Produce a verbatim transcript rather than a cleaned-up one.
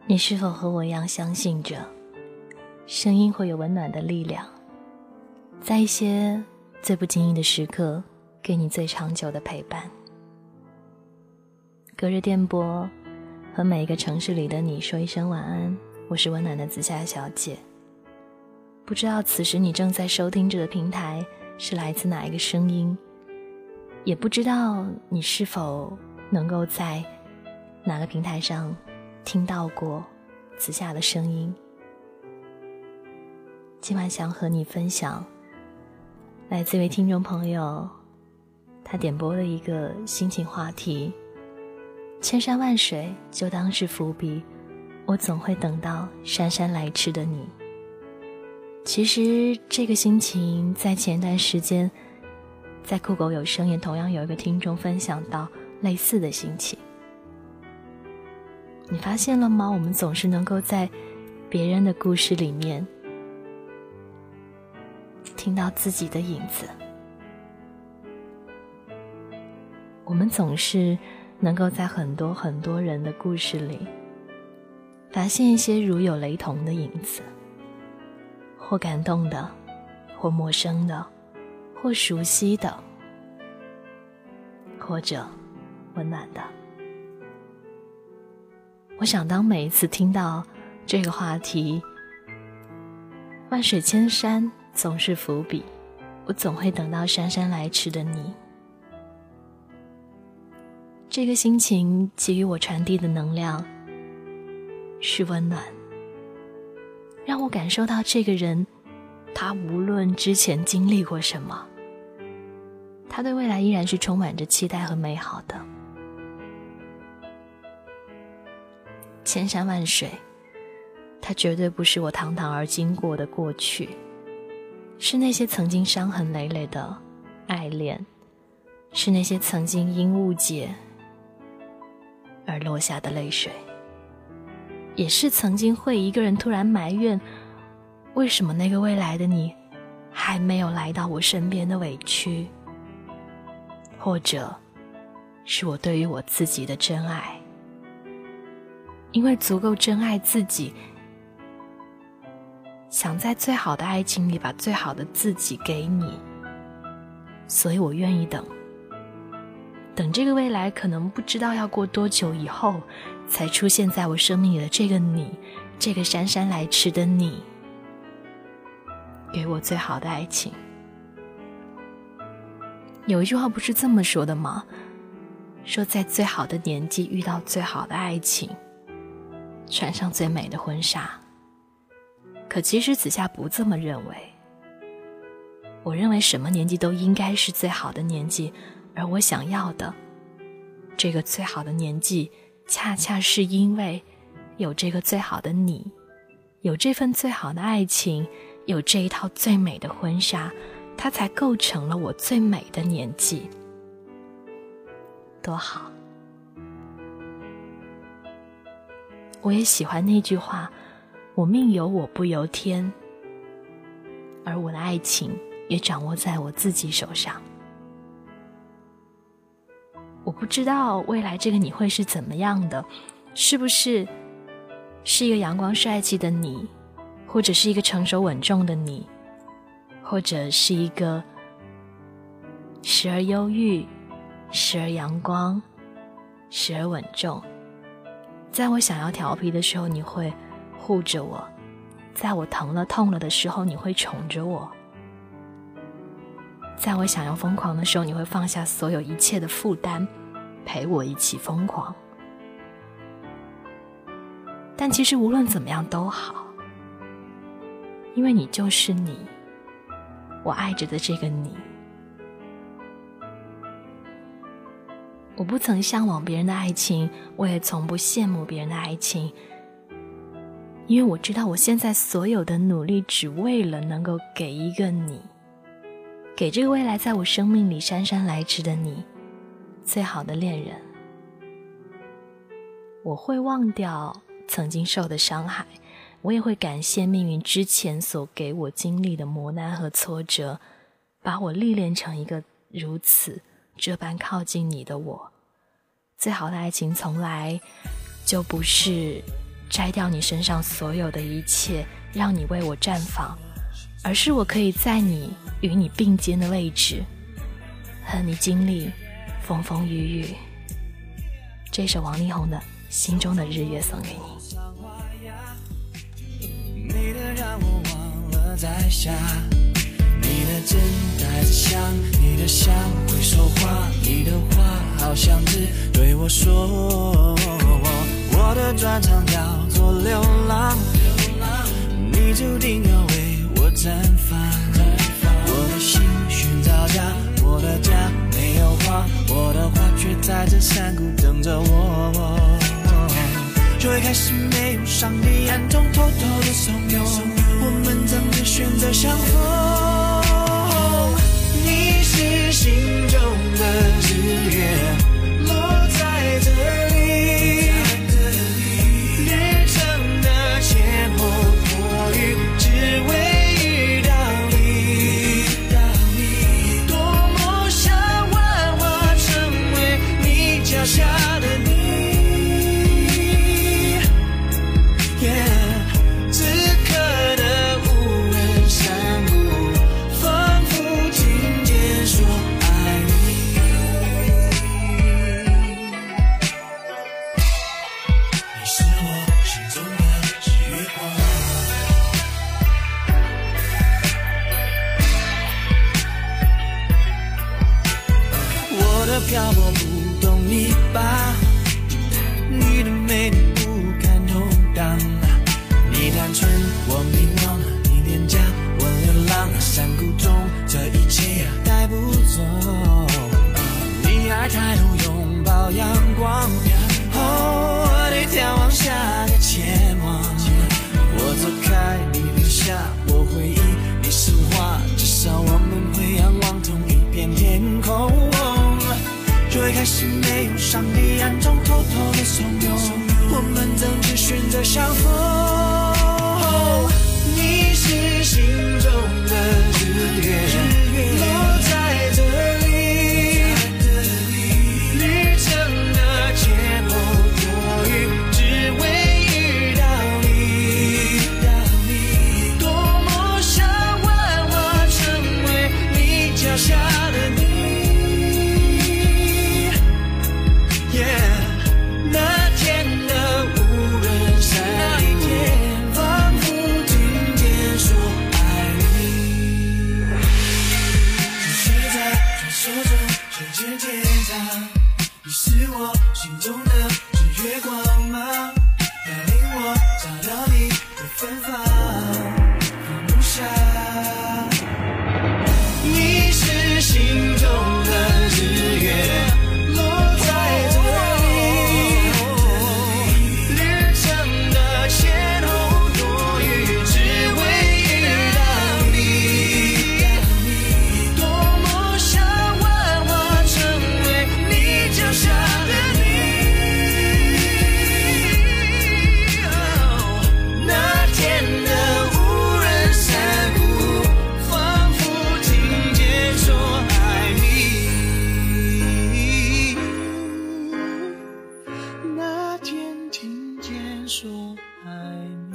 你是否和我一样相信着声音会有温暖的力量，在一些最不经意的时刻给你最长久的陪伴？隔着电波和每一个城市里的你说一声晚安，我是温暖的紫霞小姐。不知道此时你正在收听着的平台是来自哪一个声音，也不知道你是否能够在哪个平台上听到过紫霞的声音。今晚想和你分享来自一位听众朋友他点播的一个心情话题，千山万水就当是伏笔，我总会等到姗姗来迟的你。其实这个心情在前段时间在酷狗有声也同样有一个听众分享到类似的心情。你发现了吗？我们总是能够在别人的故事里面听到自己的影子，我们总是能够在很多很多人的故事里发现一些如有雷同的影子，或感动的，或陌生的，或熟悉的，或者温暖的。我想当每一次听到这个话题，万水千山总是伏笔，我总会等到姗姗来迟的你。这个心情给予我传递的能量是温暖，让我感受到这个人，他无论之前经历过什么，他对未来依然是充满着期待和美好的。千山万水，它绝对不是我堂堂而经过的过去，是那些曾经伤痕累累的爱恋，是那些曾经因误解而落下的泪水，也是曾经会一个人突然埋怨为什么那个未来的你还没有来到我身边的委屈，或者是我对于我自己的真爱。因为足够真爱自己，想在最好的爱情里把最好的自己给你，所以我愿意等，等这个未来可能不知道要过多久以后才出现在我生命里的这个你，这个姗姗来迟的你，给我最好的爱情。有一句话不是这么说的吗？说在最好的年纪遇到最好的爱情，穿上最美的婚纱。可其实紫霞不这么认为，我认为什么年纪都应该是最好的年纪，而我想要的这个最好的年纪，恰恰是因为有这个最好的你，有这份最好的爱情，有这一套最美的婚纱，它才构成了我最美的年纪。多好！我也喜欢那句话，我命由我不由天，而我的爱情也掌握在我自己手上。我不知道未来这个你会是怎么样的，是不是是一个阳光帅气的你，或者是一个成熟稳重的你，或者是一个时而忧郁，时而阳光，时而稳重。在我想要调皮的时候，你会护着我；在我疼了痛了的时候，你会宠着我；在我想要疯狂的时候，你会放下所有一切的负担，陪我一起疯狂。但其实无论怎么样都好，因为你就是你，我爱着的这个你。我不曾向往别人的爱情，我也从不羡慕别人的爱情，因为我知道我现在所有的努力只为了能够给一个你，给这个未来在我生命里姗姗来迟的你最好的恋人。我会忘掉曾经受的伤害，我也会感谢命运之前所给我经历的磨难和挫折，把我历练成一个如此这般靠近你的我。最好的爱情从来就不是摘掉你身上所有的一切，让你为我绽放，而是我可以在你与你并肩的位置，和你经历风风雨雨。这首王力宏的《心中的日月》送给你。 你的让我忘了在下，你的真带着香，你的香会说话，你的话好像只对我说。我的专长叫做流浪，你注定要为我绽放。我的心寻找家，我的家没有花，我的花却在这山谷等着我。最开始没有上帝暗中偷偷的怂恿，我们怎么选择相逢？你是心中的日月，落在这里，旅程的前后多余，只为遇到你。多么想幻化成为你脚下的你。漂泊不懂你吧，你的美丽不堪动荡，你单纯我迷惘，你廉价我流浪，山谷中这一切带不走。你爱抬头拥抱阳光，哦，我得眺望下个前往。我走开，你留下我回忆，你是花，至少我们会仰望同一片天空。最开始没有上帝暗中偷偷的怂恿，我们怎只选择相逢？你是心中的日月，落在这里，旅程的前后多余，只为遇到你。多么想幻化成为你脚下的你。那天的无人山顶，仿佛听见说爱你。沉睡在传说中人间天堂，你是我心中的日月光芒，带领我找到你的芬芳，放不下。你是心中的日月。说爱你。